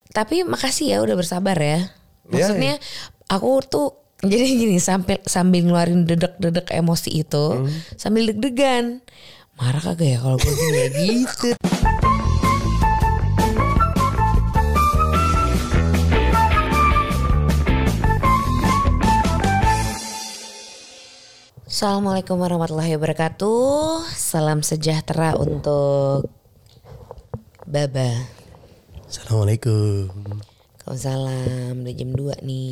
Tapi makasih ya udah bersabar ya. Maksudnya aku tuh jadi gini sambil ngeluarin dedek emosi itu sambil deg-degan. Marah kagak ya kalau gue kayak gitu. Assalamualaikum warahmatullahi wabarakatuh. Salam sejahtera untuk Baba. Assalamualaikum. Waalaikumsalam. Udah jam 2 nih.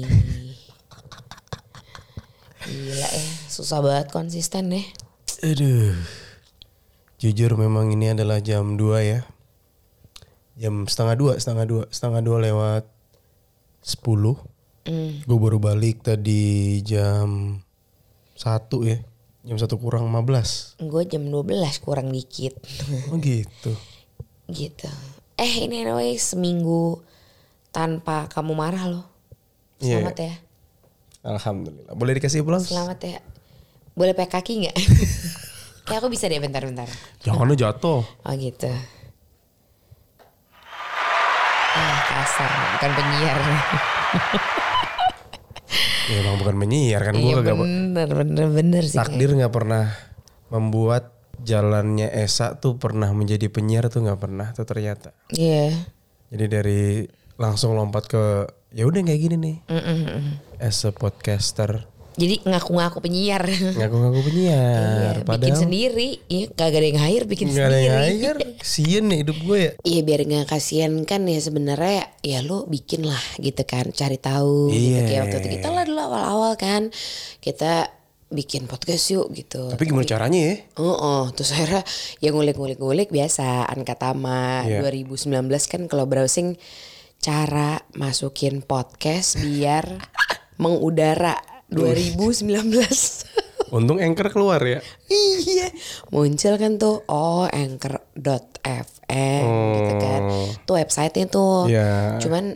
Gila ya, susah banget konsisten deh. Aduh. Jujur memang ini adalah jam 2 ya. Jam setengah dua lewat 10. Gue baru balik tadi jam 1 ya. Jam 1 kurang 15. Gue jam 12 kurang dikit. Oh gitu. Gitu. Ini anyway seminggu tanpa kamu marah loh. Selamat ya. Alhamdulillah. Boleh dikasih pulang? Selamat ya. Boleh pakai kaki gak? Kayak aku bisa deh bentar-bentar. Jangan jatuh. Oh gitu. Kasar. Bukan penyiar. Ya emang bukan menyiar kan. Iya Gue bener sih. takdir gak pernah membuat jalannya Esa tuh pernah menjadi penyiar tuh gak pernah tuh ternyata. Iya. Jadi dari langsung lompat ke ya udah kayak gini nih. As a podcaster. Jadi ngaku-ngaku penyiar. Ngaku-ngaku penyiar. Iya, Padahal bikin sendiri. Iya, kagak ada yang hire, bikin gak ada sendiri. yang hire. Kasian nih hidup gue ya. Iya, biar gak kasihan kan ya sebenarnya ya lo bikin lah gitu kan. Cari tahu gitu. Kayak waktu itu kita lah dulu awal-awal kan. Kita bikin podcast yuk gitu. Tapi gimana caranya ya? Terus akhirnya ya ngulik biasa Ankatama 2019 kan kalau browsing cara masukin podcast biar mengudara 2019. Untung Anchor keluar ya. Iya, muncul kan tuh anchor.fm gitu kan. Tuh websitenya tuh. Cuman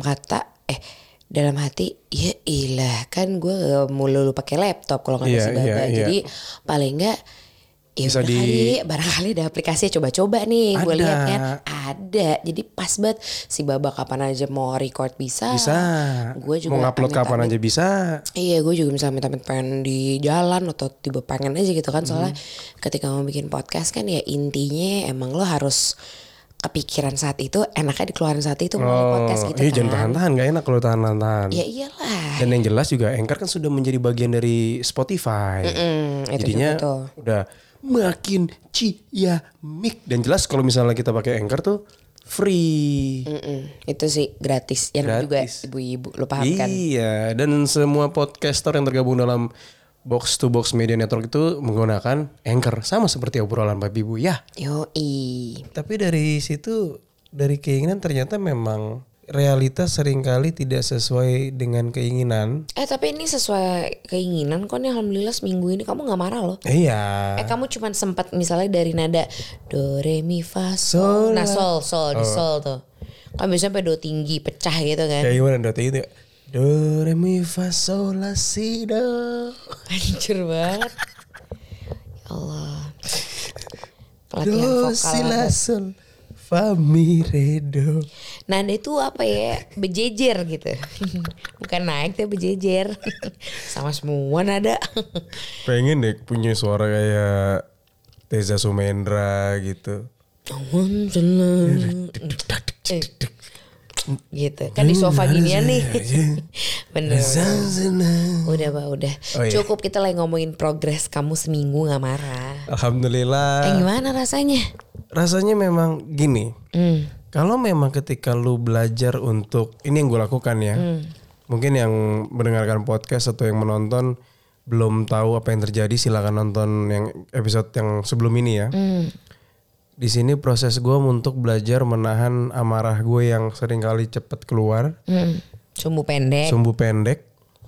dalam hati ya ilah kan gue mulu pakai laptop kalau nggak ada si Baba. Jadi paling nggak ya bisa kali barangkali ada aplikasi coba-coba nih gue lihat kan ada. Jadi pas banget si Baba kapan aja mau record bisa. Gue juga mau ngupload kapan aja bisa. Iya, gue juga misalnya pengen di jalan atau tiba pengen aja gitu kan. Soalnya ketika mau bikin podcast kan ya intinya emang lo harus kepikiran saat itu, enaknya dikeluarin saat itu mau podcast gitu kan. Jangan tahan-tahan, gak enak kalau tahan-tahan. Ya iyalah. Dan yang jelas juga Anchor kan sudah menjadi bagian dari Spotify. Jadinya udah makin ciamik. Dan jelas kalau misalnya kita pakai Anchor tuh free. Itu sih gratis. Yang juga ibu-ibu lo paham kan. Iya, dan semua podcaster yang tergabung dalam Box to Box Media Network itu menggunakan Anchor. Sama seperti obrolan Bapak Ibu ya. Yoi. Tapi dari situ, dari keinginan ternyata memang realitas seringkali tidak sesuai dengan keinginan. Tapi ini sesuai keinginan kok nih. Alhamdulillah seminggu ini kamu gak marah loh. Iya. Kamu cuman sempat misalnya dari nada do re mi fa sol. Nah sol di sol tuh. Kan biasanya sampai do tinggi pecah gitu kan. Kayak gimana do tinggi tuh? Do re mi fa sol la si do. Hancur banget. Ya Allah. Do si la sol fa mi re do. Nada itu apa ya? Bejejer gitu. Bukan naik tapi bejejer. Sama semua nada. Pengen deh punya suara kayak Teza Sumendra gitu. Gitu kan di sofa ginian nih. Bener. Udah Pak, udah. Cukup kita lagi ngomongin progres kamu seminggu gak marah. Alhamdulillah. Gimana rasanya? Rasanya memang gini. Kalau memang ketika lu belajar untuk ini yang gue lakukan ya. Mungkin yang mendengarkan podcast atau yang menonton belum tahu apa yang terjadi, silakan nonton yang episode yang sebelum ini ya. Di sini proses gue untuk belajar menahan amarah gue yang sering kali cepet keluar. Sumbu pendek.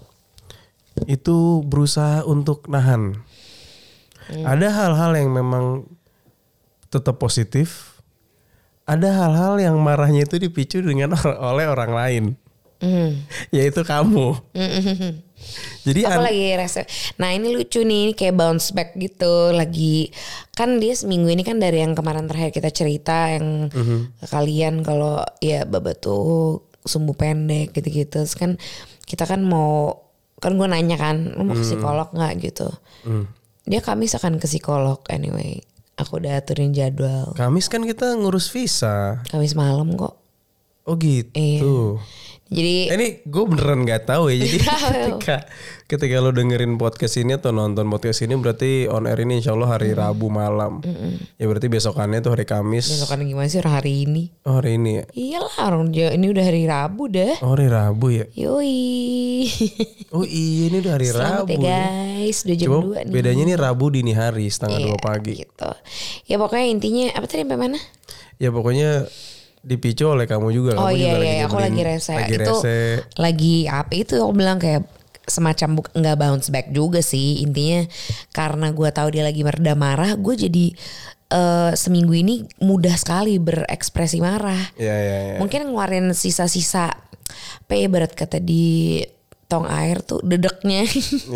Itu berusaha untuk nahan. Ada hal-hal yang memang tetap positif. Ada hal-hal yang marahnya itu dipicu dengan oleh orang lain. Yaitu kamu. Jadi aku lagi rasa. Nah ini lucu nih, kayak bounce back gitu. Lagi kan dia seminggu ini kan dari yang kemarin terakhir kita cerita yang ke kalian kalau ya Baba tuh sumbu pendek gitu-gitu. Terus kan kita kan gue nanya kan, lu mau ke psikolog nggak gitu. Dia Kamis akan ke psikolog anyway. Aku udah aturin jadwal. Kamis kan kita ngurus visa. Kamis malam kok. Oh gitu. Iya. Jadi ini gue beneran nggak tahu ya. Jadi ketika lo dengerin podcast ini atau nonton podcast ini berarti on air ini insya Allah hari Rabu malam. Ya berarti besokannya tuh hari Kamis. Besokannya gimana sih orang hari ini? Oh hari ini ya? Iyalah orang ini udah hari Rabu dah. Oh hari Rabu ya? Yoi. Oh iya ini udah hari Selamat Rabu ya guys. Udah jam 2 nih. Bedanya nih Rabu dini hari setengah 2 pagi. Gitu. Ya pokoknya intinya apa tadi sampai mana? Ya pokoknya dipicu oleh kamu juga. Oh kamu iya juga iya aku lagi rese. Itu lagi apa itu aku bilang kayak semacam nggak bounce back juga sih intinya karena gue tahu dia lagi mereda marah gue jadi seminggu ini mudah sekali berekspresi marah. Ya. Mungkin ngeluarin sisa-sisa berat kata di tong air tuh dedeknya.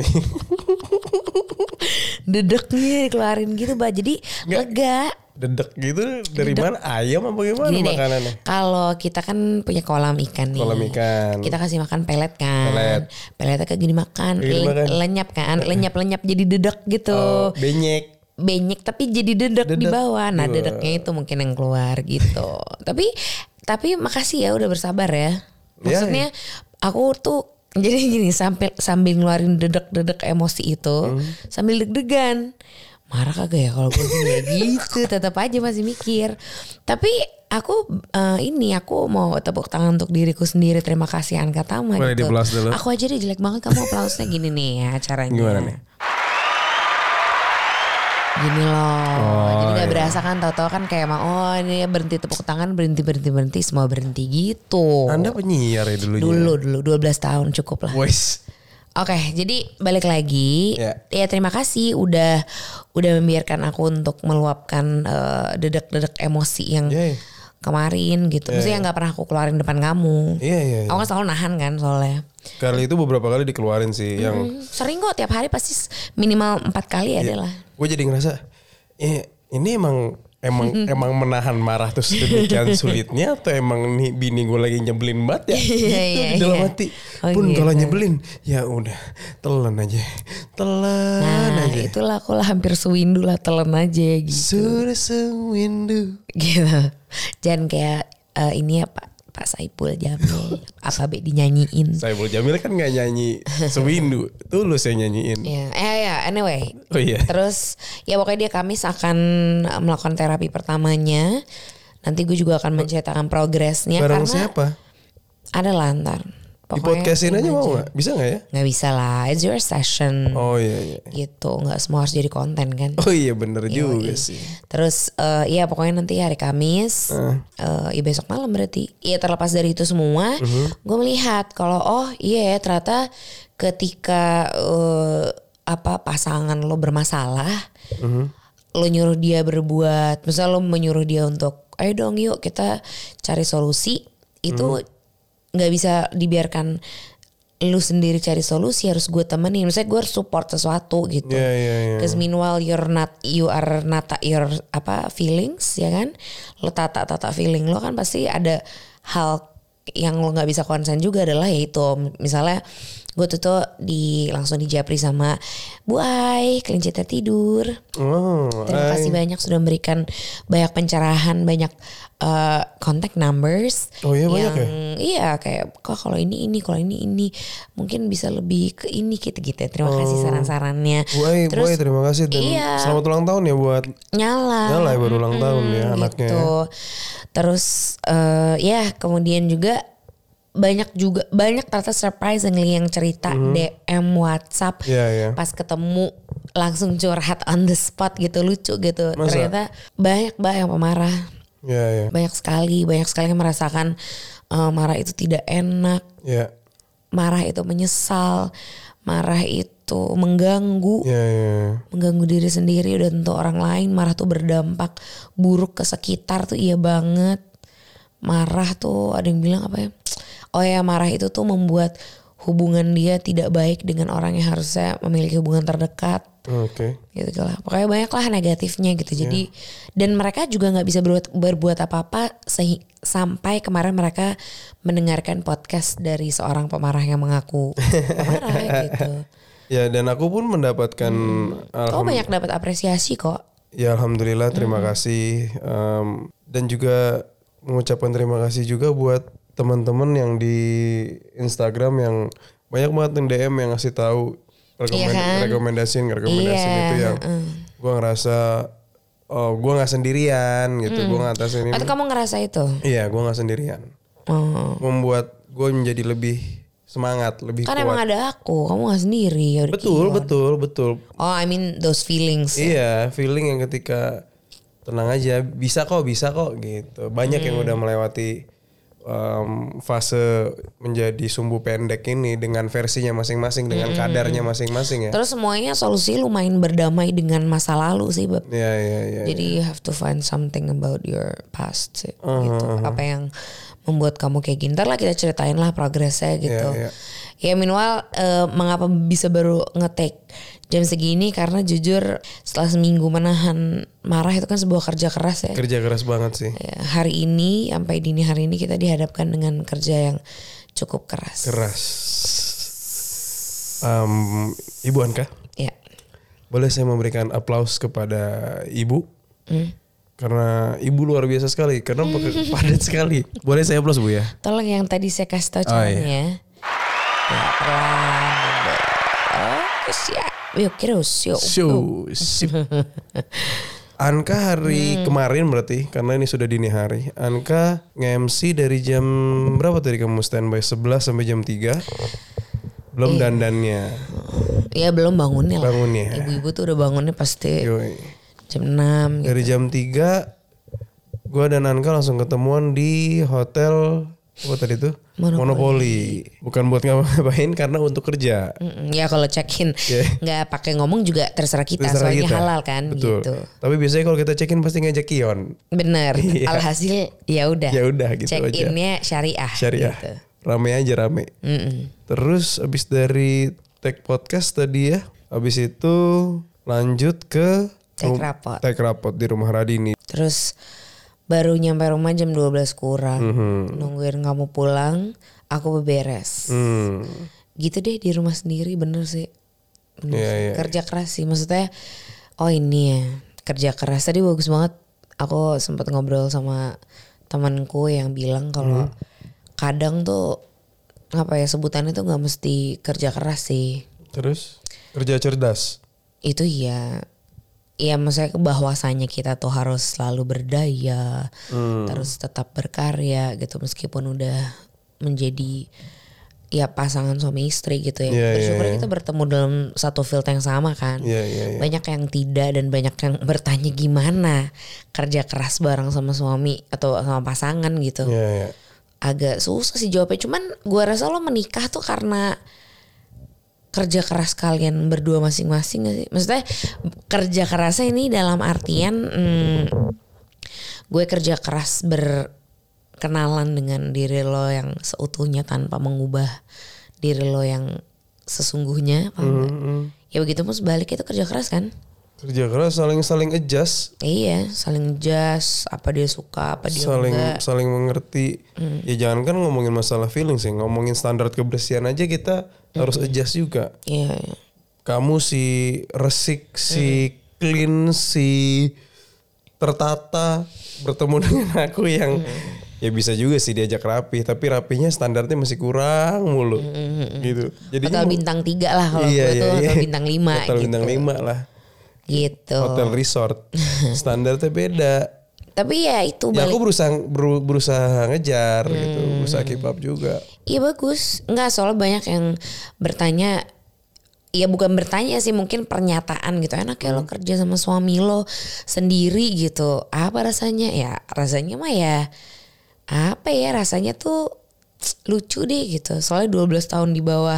Dedeknya keluarin gitu bah jadi lega. Dedek gitu dari mana? Ayam apa gimana makanannya? Kalau kita kan punya kolam ikan nih. Kolam ikan. Kita kasih makan pelet kan. Peletnya kayak gini makan. Lenyap kan. Lenyap jadi dedek gitu. Oh, benyek tapi jadi dedek di bawah. Nah dedeknya itu mungkin yang keluar gitu. Tapi makasih ya udah bersabar ya. Maksudnya aku tuh jadi gini sambil ngeluarin dedek emosi itu sambil deg-degan. Marah kagak ya kalau gue kayak gitu. Tetap aja masih mikir. Tapi aku mau tepuk tangan untuk diriku sendiri. Terima kasih Anka Tama gitu. Aku aja deh jelek banget kamu aplausnya gini nih ya caranya. Gimana nih? Gini loh. Jadi gak berasa kan tahu-tahu kan kayak ini berhenti tepuk tangan berhenti semua berhenti gitu. Anda penyiar ya dulu 12 tahun cukup lah. Wes. Oke, jadi balik lagi. Ya terima kasih udah membiarkan aku untuk meluapkan dedek emosi yang kemarin gitu. Maksudnya nggak pernah aku keluarin depan kamu. Iya. Aku kan selalu nahan kan soalnya. Kali itu beberapa kali dikeluarin sih yang sering kok tiap hari pasti minimal 4 kali ada lah. Gue jadi ngerasa ini emang menahan marah tuh sedemikian sulitnya atau emang nih bini gue lagi nyebelin banget ya gitu di dalam hati. Pun kalau nyebelin ya udah telan aja. Nah itulah aku lah hampir sewindu lah telan aja gitu. Sudah sewindu gitu. Jangan kayak ini ya Pak Saipul Jamil apa dinyanyiin. Saipul Jamil kan gak nyanyi sewindu, Tulus yang nyanyiin. Ya anyway. Oh iya. Terus ya pokoknya dia Kamis akan melakukan terapi pertamanya. Nanti gue juga akan menceritakan progresnya. Bareng karena siapa? Ada lah ntar. Di podcastin aja mau gak? Bisa gak ya? Gak bisa lah, it's your session. Oh iya. Gitu, gak semua harus jadi konten kan. Oh iya bener juga sih. Terus ya pokoknya nanti hari Kamis, ya besok malam berarti. Ya terlepas dari itu semua, gue melihat kalau ternyata ketika pasangan lo bermasalah, lo nyuruh dia berbuat, misalnya lo menyuruh dia untuk ayo dong yuk kita cari solusi, itu nggak bisa dibiarkan lu sendiri cari solusi, harus gue temenin. Misalnya gue harus support sesuatu gitu. Because meanwhile you are not your feelings ya kan. Lo tata feeling lo kan pasti ada hal yang lo nggak bisa konsen juga adalah yaitu misalnya gue tuh langsung dijapri sama Bu Ai, kelincitnya tidur. Terima kasih banyak sudah memberikan banyak pencerahan, banyak contact numbers. Oh iya banyak ya? Iya kayak kalau ini mungkin bisa lebih ke ini gitu. Terima kasih saran-sarannya. Bu Ai terima kasih dan selamat ulang tahun ya buat Nyala ya baru ulang tahun ya anaknya. Gitu. Terus kemudian juga banyak ternyata surprisingly yang cerita DM WhatsApp pas ketemu langsung curhat on the spot gitu, lucu gitu. Masa? Ternyata banyak yang pemarah. Banyak sekali yang merasakan marah itu tidak enak. Marah itu menyesal, marah itu mengganggu. Mengganggu diri sendiri udah tentu orang lain. Marah tuh berdampak buruk ke sekitar tuh iya banget. Marah tuh ada yang bilang apa ya? Oh ya, marah itu tuh membuat hubungan dia tidak baik dengan orang yang harusnya memiliki hubungan terdekat. Gitu lah. Pokoknya banyak lah negatifnya gitu. Jadi dan mereka juga nggak bisa berbuat apa-apa sampai kemarin mereka mendengarkan podcast dari seorang pemarah yang mengaku pemarah gitu. Ya dan aku pun mendapatkan Kau banyak dapat apresiasi kok. Ya alhamdulillah, terima kasih. Dan juga mengucapkan terima kasih juga buat teman-teman yang di Instagram yang banyak banget yang DM yang ngasih tahu rekomendasi itu yang gue ngerasa gue nggak sendirian gitu, gue ngatasin ini. Atau kamu ngerasa itu? Iya, gue nggak sendirian. Membuat gue menjadi lebih semangat, lebih kan kuat. Emang ada aku, kamu gak sendiri. Ya betul. Oh, I mean those feelings. Iya, feeling yang ketika tenang aja, bisa kok gitu. Banyak yang udah melewati fase menjadi sumbu pendek ini dengan versinya masing-masing, dengan kadarnya masing-masing ya. Terus semuanya solusi lumayan berdamai dengan masa lalu sih, Beb. Iya. Jadi you have to find something about your past sih, gitu. Apa yang membuat kamu kayak gini. Ntar lah kita ceritain lah progresnya gitu. Ya meanwhile mengapa bisa baru nge-take jam segini, karena jujur setelah seminggu menahan marah itu kan sebuah kerja keras ya. Kerja keras banget sih. Ya, hari ini sampai dini hari ini kita dihadapkan dengan kerja yang cukup keras. Ibu Anka? Ya. Boleh saya memberikan aplaus kepada Ibu? Karena Ibu luar biasa sekali, karena padat sekali. Boleh saya aplaus Bu ya? Tolong yang tadi saya kasih tahu caranya. Ya, pelan. Oke, siap. Yuk, Sip. Anka hari kemarin berarti, karena ini sudah dini hari. Anka nge-MC dari jam berapa tadi kamu standby? 11 sampai jam 3. Belum dandannya. Iya, belum bangunnya lah. Ibu-ibu tuh udah bangunnya pasti jam 6 gitu. Dari jam 3 gue dan Anka langsung ketemuan di hotel apa tadi tuh? Monopoly. Bukan buat ngapain, karena untuk kerja. Ya kalau check-in nggak pakai ngomong juga terserah kita, soalnya halal kan. Betul. Gitu. Tapi biasanya kalau kita check-in pasti ngajak Kion. Bener. Alhasil ya udah gitu check-innya aja. Syariah. Gitu. Rame. Terus abis dari take podcast tadi ya, abis itu lanjut ke take rapot di rumah Radini. Terus baru nyampe rumah jam 12 kurang. Nungguin kamu pulang, aku beberes. Gitu deh di rumah sendiri, bener sih. Kerja keras sih, maksudnya ini ya, kerja keras. Tadi bagus banget, aku sempat ngobrol sama temanku yang bilang kalau kadang tuh sebutannya tuh gak mesti kerja keras sih. Terus kerja cerdas. Itu ya maksudnya bahwasanya kita tuh harus selalu berdaya, terus tetap berkarya gitu, meskipun udah menjadi pasangan suami istri gitu ya. Bersyukur kita bertemu dalam satu field yang sama kan. Banyak yang tidak, dan banyak yang bertanya gimana kerja keras bareng sama suami atau sama pasangan gitu. Agak susah sih jawabnya. Cuman gue rasa lo menikah tuh karena kerja keras kalian berdua masing-masing gak sih? Maksudnya kerja kerasnya ini dalam artian gue kerja keras berkenalan dengan diri lo yang seutuhnya tanpa mengubah diri lo yang sesungguhnya. Ya begitu pun sebaliknya itu kerja keras kan? Kerja keras, saling adjust. Iya, saling adjust, apa dia suka, apa dia enggak. Saling mengerti. Ya jangan kan ngomongin masalah feeling sih, ngomongin standar kebersihan aja kita harus adjust juga. Iya. Kamu si resik, si clean, si tertata, bertemu dengan aku yang ya bisa juga sih diajak rapi, tapi rapinya standarnya masih kurang mulu. Gitu. Jadi hotel bintang 3 lah kalau gue tuh hotel bintang 5 hotel gitu. Bintang 5 lah. Gitu. Hotel resort. Standarnya beda. Tapi ya itu balik. Ya aku berusaha ngejar gitu, berusaha keep up juga. Iya bagus. Enggak, soalnya banyak yang bertanya, ya bukan bertanya sih, mungkin pernyataan gitu. Enak ya lo kerja sama suami lo sendiri gitu. Apa rasanya? Ya rasanya mah ya apa ya, rasanya tuh lucu deh gitu. Soalnya 12 tahun di bawah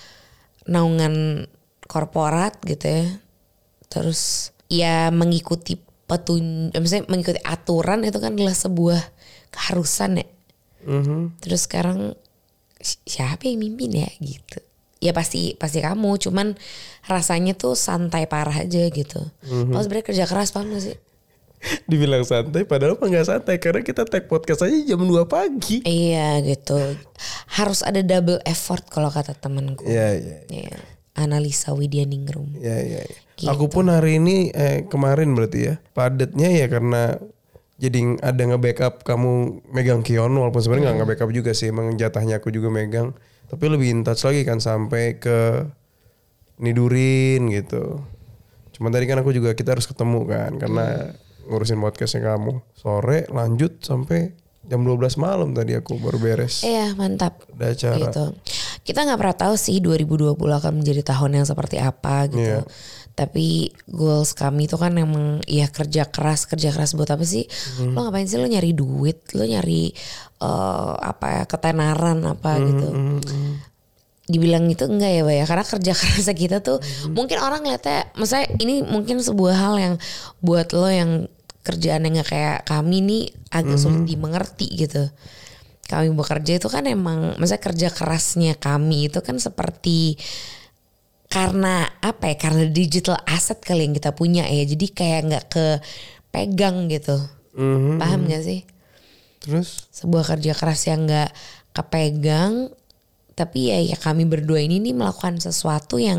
naungan korporat gitu ya. Terus ya mengikuti misalnya mengikuti aturan itu kan adalah sebuah keharusan ya. Terus sekarang siapa yang mimpin ya gitu. ya pasti kamu, cuman rasanya tuh santai parah aja gitu. Kalau sebenarnya kerja keras, paham gak sih? Dibilang santai padahal mah gak santai karena kita tag podcast aja jam 2 pagi. Iya gitu. Harus ada double effort kalau kata temanku. Iya. Analisa Widyaningrum. Iya. Gitu. Aku pun hari ini kemarin berarti ya padatnya ya karena jadi ada nge-backup kamu megang Kion, walaupun sebenarnya nggak nge-backup juga sih, emang jatahnya aku juga megang. Tapi lebih in touch lagi kan sampai ke nidurin gitu. Cuma tadi kan aku juga kita harus ketemu kan karena ngurusin podcastnya kamu. Sore lanjut sampai jam 12 malam tadi aku baru beres. Iya mantap. Ada acara. Gitu. Kita nggak pernah tahu sih 2020 akan menjadi tahun yang seperti apa gitu. Tapi goals kami itu kan emang ya kerja keras buat apa sih? Lo ngapain sih, lo nyari duit, lo nyari ketenaran apa gitu. Dibilang itu enggak ya, Bay ya, karena kerja keras kita tuh mungkin orang ngeliatnya, maksudnya ini mungkin sebuah hal yang buat lo yang kerjaan yang gak kayak kami nih agak sulit dimengerti gitu. Kami bekerja itu kan emang, maksudnya kerja kerasnya kami itu kan seperti karena apa ya, karena digital asset kali yang kita punya ya, jadi kayak nggak kepegang gitu. Paham nggak sih? Terus sebuah kerja keras yang nggak kepegang, tapi ya kami berdua ini nih melakukan sesuatu yang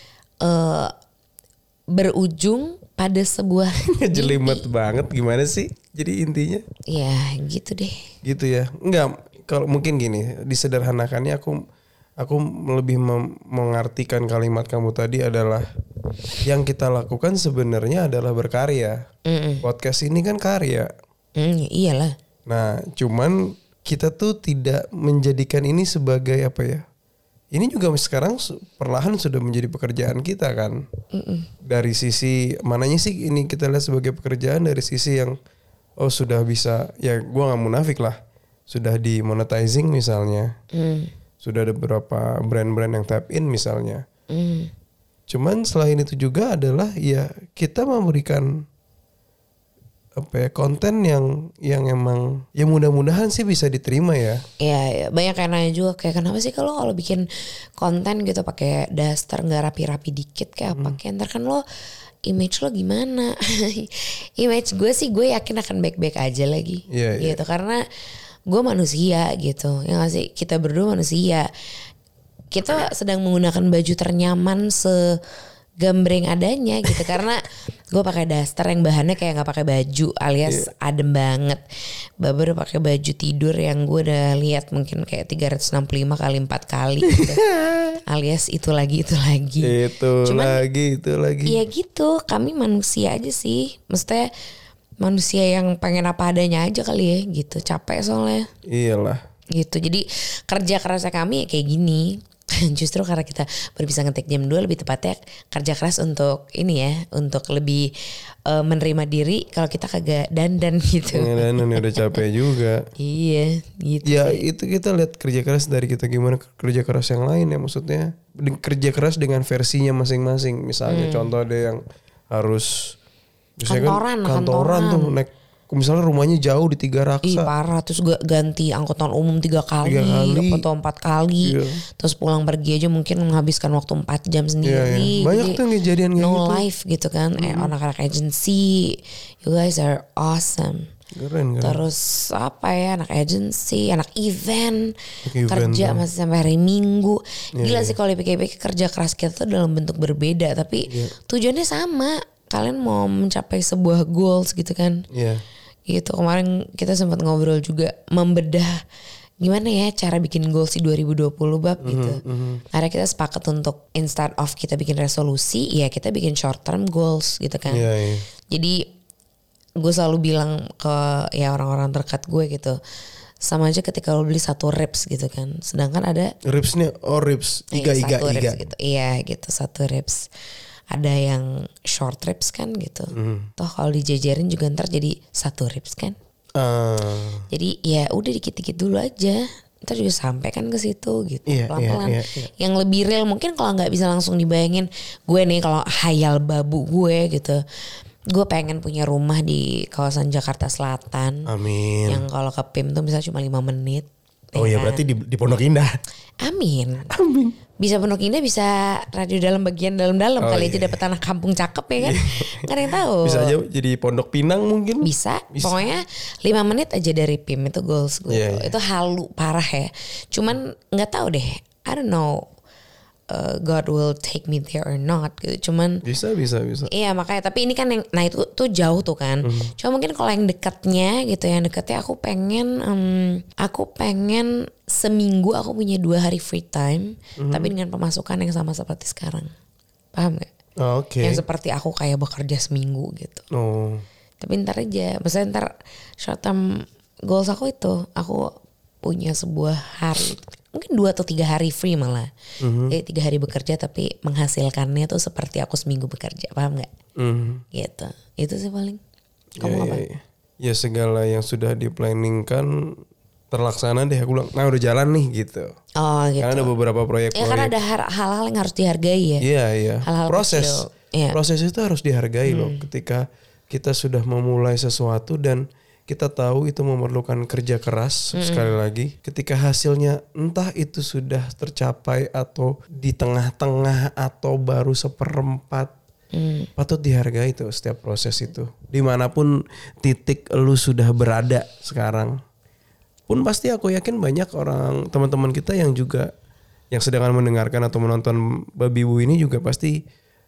berujung pada sebuah ngejelimet banget gimana sih? Jadi intinya? Ya gitu deh. Gitu ya. Enggak, kalau mungkin gini, disederhanakannya aku lebih mengartikan kalimat kamu tadi adalah yang kita lakukan sebenarnya adalah berkarya. Podcast ini kan karya. Iyalah. Nah, cuman kita tuh tidak menjadikan ini sebagai apa ya? Ini juga sekarang perlahan sudah menjadi pekerjaan kita kan. Dari sisi mananya sih ini kita lihat sebagai pekerjaan, dari sisi yang sudah bisa, ya gua nggak munafik lah, sudah di monetizing misalnya. Sudah ada beberapa brand-brand yang tap in misalnya. Cuman selain itu juga adalah ya kita memberikan apa ya, konten yang emang ya mudah-mudahan sih bisa diterima ya. Iya, banyak yang nanya juga kayak kenapa sih kalau bikin konten gitu pakai daster nggak rapi-rapi dikit kayak apa, kayak ntar kan lo image lo gimana? Image gue sih gue yakin akan baik-baik aja lagi. Gitu karena gue manusia gitu. Ya gak sih, kita berdua manusia. Kita sedang menggunakan baju ternyaman segambreng adanya gitu karena gue pakai daster yang bahannya kayak nggak pakai baju alias adem banget. Babar pakai baju tidur yang gue udah lihat mungkin kayak 365 kali 4 kali gitu. Alias itu lagi. Cuman, itu lagi. Iya gitu, kami manusia aja sih. Maksudnya manusia yang pengen apa adanya aja kali ya gitu. Capek soalnya. Iyalah. Gitu. Jadi kerja kerasnya kami ya kayak gini. Justru karena kita baru bisa ngetik jam 2, lebih tepatnya kerja keras untuk ini ya, untuk lebih menerima diri kalau kita kagak dandan gitu. Dandan udah capek juga. Iya gitu. Ya itu kita lihat kerja keras dari kita, gimana kerja keras yang lain ya, maksudnya kerja keras dengan versinya masing-masing. Misalnya contoh ada yang harus kantoran tuh naik, misalnya rumahnya jauh di Tiga Raksa. Ih parah, terus gue ganti angkutan umum 3 kali atau 4 kali. Terus pulang pergi aja mungkin menghabiskan waktu 4 jam sendiri. Banyak tuh kejadian kayak no gitu. life gitu kan. Anak-anak agency, you guys are awesome. Keren. Terus apa ya, anak agency, anak event kerja masih sampai hari Minggu. Gila sih kalau dipikir-pikir kerja keras kita tuh dalam bentuk berbeda, tapi tujuannya sama. Kalian mau mencapai sebuah goals gitu kan. Gitu, kemarin kita sempat ngobrol juga membedah gimana ya cara bikin goals di 2020 bab gitu. Akhirnya kita sepakat untuk instead of kita bikin resolusi, ya kita bikin short term goals gitu kan. Jadi gue selalu bilang ke ya orang-orang terdekat gue gitu, sama aja ketika lo beli 1 ribs gitu kan, sedangkan ada ribsnya ribs iga gitu. Iya gitu, 1 ribs. Ada yang short ribs kan gitu. Toh kalau dijajarin juga ntar jadi 1 ribs kan. Jadi ya udah dikit-dikit dulu aja. Ntar juga sampai kan ke situ gitu. Pelan-pelan. Yang lebih real mungkin kalau nggak bisa langsung dibayangin. Gue nih kalau hayal babu gue gitu, gue pengen punya rumah di kawasan Jakarta Selatan. Amin. Yang kalau ke PIM tuh misalnya cuma 5 menit. Oh ya berarti di Pondok Indah. Amin. Bisa Pondok Indah, bisa radio dalam bagian dalam-dalam kali aja dapat tanah kampung cakep ya kan. Gak ada yang tahu. Bisa aja jadi Pondok Pinang mungkin. Bisa. Pokoknya 5 menit aja dari PIM itu goals gue. Itu halu parah ya. Cuman gak tahu deh. I don't know. God will take me there or not gitu. Cuman bisa. Iya makanya, tapi ini kan yang, nah itu tuh jauh tuh kan. Cuma mungkin kalau yang dekatnya gitu, yang dekatnya aku pengen seminggu aku punya 2 hari free time, tapi dengan pemasukan yang sama seperti sekarang. Paham gak? Oke. Yang seperti aku kayak bekerja seminggu gitu. Tapi ntar aja, maksudnya ntar short term goals aku itu, aku punya sebuah hari, mungkin 2 atau 3 hari free malah. Jadi 3 hari bekerja tapi menghasilkannya tuh seperti aku seminggu bekerja, paham gak? Gitu. Itu sih paling. Kamu apa? Ya segala yang sudah di-planningkan terlaksana deh, aku bilang, nah udah jalan nih gitu. Oh gitu. Karena ada beberapa proyek-proyek. Ya karena ada hal-hal yang harus dihargai ya. Iya. Hal-hal Proses. Kecil. Proses itu harus dihargai loh. Ketika kita sudah memulai sesuatu dan kita tahu itu memerlukan kerja keras. Sekali lagi, ketika hasilnya entah itu sudah tercapai atau di tengah-tengah atau baru 1/4, patut dihargai tuh setiap proses itu. Dimanapun titik lu sudah berada sekarang, pun pasti aku yakin banyak orang, teman-teman kita yang juga yang sedang mendengarkan atau menonton Babi Bu ini juga pasti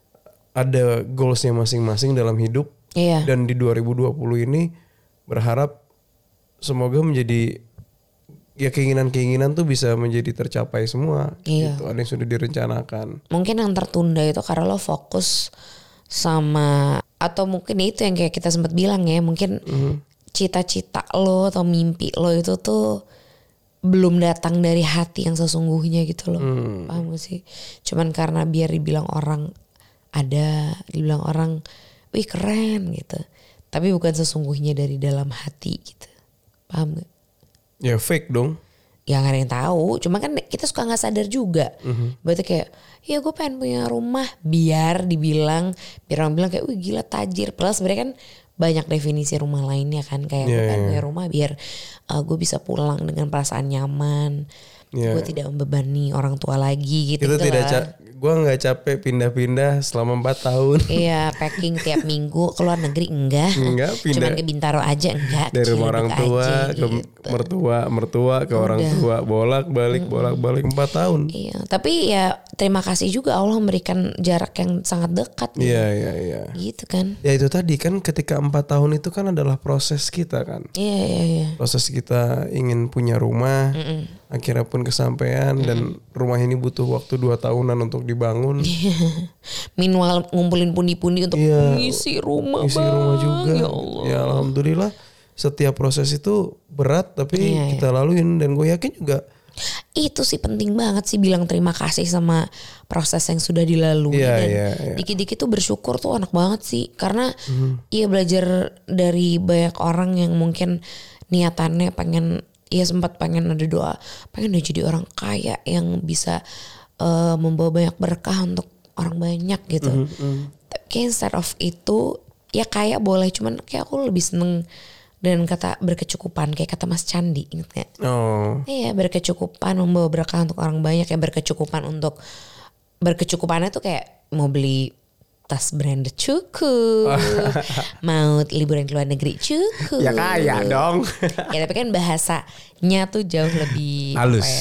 ada goalsnya masing-masing dalam hidup. Dan di 2020 ini berharap semoga menjadi, ya keinginan-keinginan tuh bisa menjadi tercapai semua. Gitu. Ada yang sudah direncanakan. Mungkin yang tertunda itu karena lo fokus sama, atau mungkin itu yang kayak kita sempat bilang ya, mungkin cita-cita lo atau mimpi lo itu tuh belum datang dari hati yang sesungguhnya gitu loh. Paham gak sih? Cuman karena biar dibilang orang dibilang orang, wih keren gitu. Tapi bukan sesungguhnya dari dalam hati gitu. Paham gak? Ya fake dong. Ya gak ada yang tahu. Cuma kan kita suka gak sadar juga. Berarti kayak, ya gue pengen punya rumah. Biar orang bilang kayak, wih gila tajir. Plus sebenarnya kan banyak definisi rumah lainnya kan. Kayak gue pengen punya rumah biar gue bisa pulang dengan perasaan nyaman. Gue tidak membebani orang tua lagi gitu. Itu tidak gue nggak capek pindah-pindah selama 4 tahun. Iya, packing tiap minggu, keluar negeri enggak pindah. Cuman ke Bintaro aja enggak. Dari orang tua ke gitu. mertua ke orang tua, bolak-balik 4 tahun. Iya, tapi ya terima kasih juga Allah memberikan jarak yang sangat dekat. Iya. Gitu kan. Ya itu tadi kan ketika 4 tahun itu kan adalah proses kita kan. Iya. Proses kita ingin punya rumah. Akhirnya pun kesampaian dan rumah ini butuh waktu 2 tahunan untuk dibangun. Minimal ngumpulin pundi-pundi untuk ngisi rumah. Ngisi rumah juga. Ya Allah. Ya alhamdulillah setiap proses itu berat tapi kita laluin, dan gue yakin juga itu sih penting banget sih bilang terima kasih sama proses yang sudah dilalui. Dikit-dikit tuh bersyukur tuh enak banget sih, karena belajar dari banyak orang yang mungkin niatannya sempat pengen ada doa, pengen udah jadi orang kaya yang bisa membawa banyak berkah untuk orang banyak gitu. Kayak instead of itu, ya kaya boleh, cuman kayak aku lebih seneng dan kata berkecukupan, kayak kata Mas Candi, inget gak? Iya, berkecukupan membawa berkah untuk orang banyak, ya berkecukupannya tuh kayak mau beli tas branded cukup, mau liburan ke luar negeri cukup. Ya kaya dong. Ya tapi kan bahasanya tuh jauh lebih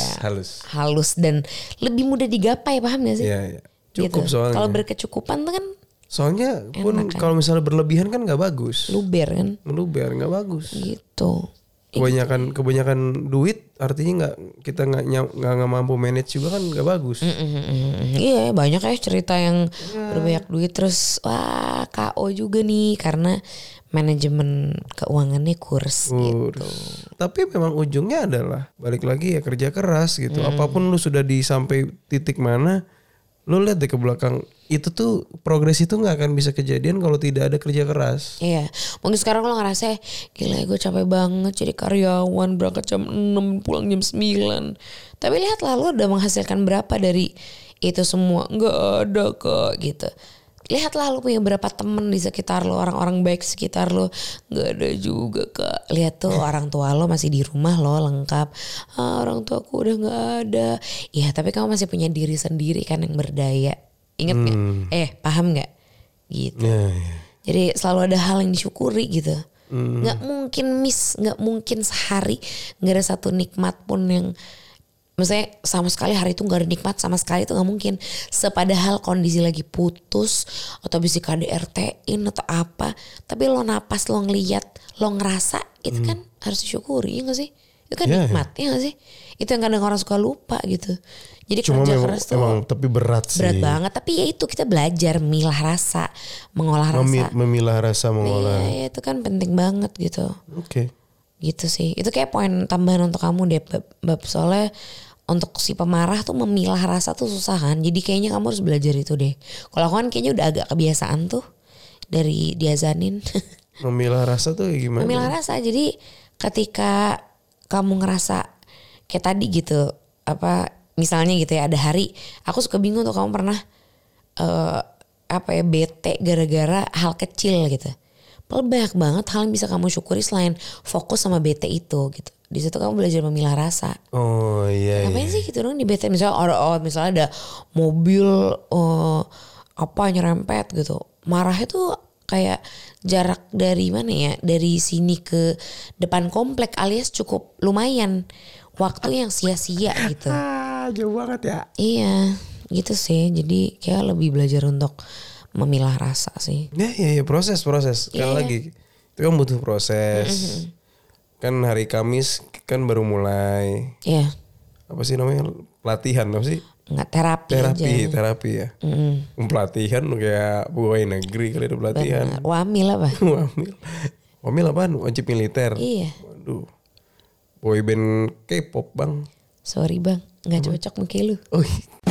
halus dan lebih mudah digapai, paham gak sih? Iya. Cukup gitu. Soalnya. Kalau berkecukupan tuh kan. Soalnya pun kalau misalnya berlebihan kan nggak bagus. Luber kan? Luber nggak bagus. Gitu. Kebanyakan duit artinya kita nggak mampu manage juga kan nggak bagus. Iya, banyak ya cerita yang berbanyak duit terus wah KO juga nih karena manajemen keuangannya kurs gitu. Tapi memang ujungnya adalah balik lagi ya kerja keras gitu. Apapun lu sudah di sampai titik mana, lu lihat deh ke belakang, itu tuh progres itu nggak akan bisa kejadian kalau tidak ada kerja keras. Iya, mungkin sekarang lo ngerasa gila gue capek banget jadi karyawan, berangkat jam 6 pulang jam 9. Tapi lihat lah lo udah menghasilkan berapa dari itu semua. Nggak ada kok gitu. lihatlah lu punya berapa temen di sekitar lo, orang-orang baik sekitar lo. Gak ada juga Kak. Lihat tuh orang tua lo masih di rumah lo lengkap. Orang tua aku udah gak ada. Ya tapi kamu masih punya diri sendiri kan yang berdaya. Ingat gak? Paham gak? Gitu. Jadi selalu ada hal yang disyukuri gitu. Gak mungkin gak mungkin sehari gak ada satu nikmat pun yang, maksudnya sama sekali hari itu gak ada nikmat sama sekali, itu gak mungkin. Sepadahal kondisi lagi putus atau bisa KDRT-in atau apa, tapi lo napas, lo ngeliat, lo ngerasa, itu kan harus disyukuri, ya gak sih? Itu kan nikmat, ya gak sih? Itu yang kadang orang suka lupa gitu. Jadi cuma kerja keras tuh emang tapi berat sih. Berat banget, tapi ya itu kita belajar memilah rasa, mengolah rasa. Memilah rasa, mengolah. Iya, itu kan penting banget gitu. Oke. Gitu sih. Itu kayak poin tambahan untuk kamu deh Bab. Soalnya untuk si pemarah tuh memilah rasa tuh susah kan. Jadi kayaknya kamu harus belajar itu deh. Kalau aku kan kayaknya udah agak kebiasaan tuh dari diazanin. Memilah rasa tuh gimana? Memilah rasa. Jadi ketika kamu ngerasa kayak tadi gitu, apa misalnya gitu ya, ada hari aku suka bingung tuh, kamu pernah bete gara-gara hal kecil gitu. Padahal banyak banget hal yang bisa kamu syukuri selain fokus sama bete itu gitu. Di situ kamu belajar memilah rasa. Oh iya. Ngapain sih gitu dong di bete, misalnya misalnya ada mobil nyerempet gitu. Marahnya tuh kayak jarak dari mana ya? Dari sini ke depan komplek alias cukup lumayan. Waktu yang sia-sia gitu. Jauh banget ya. Iya, gitu sih. Jadi kayak lebih belajar untuk memilah rasa sih. Ya proses. Sekali lagi itu kan butuh proses. Kan hari Kamis kan baru mulai. Iya. Apa sih namanya? Pelatihan apa sih? Nggak, terapi ya. Pelatihan kayak pegawai negeri kali ada pelatihan. Benar. Wamil apa? Wamil apaan? Wajib militer. Iya. Waduh. Boyband K-pop bang. Sorry bang, nggak cocok sama kayak lu. Oh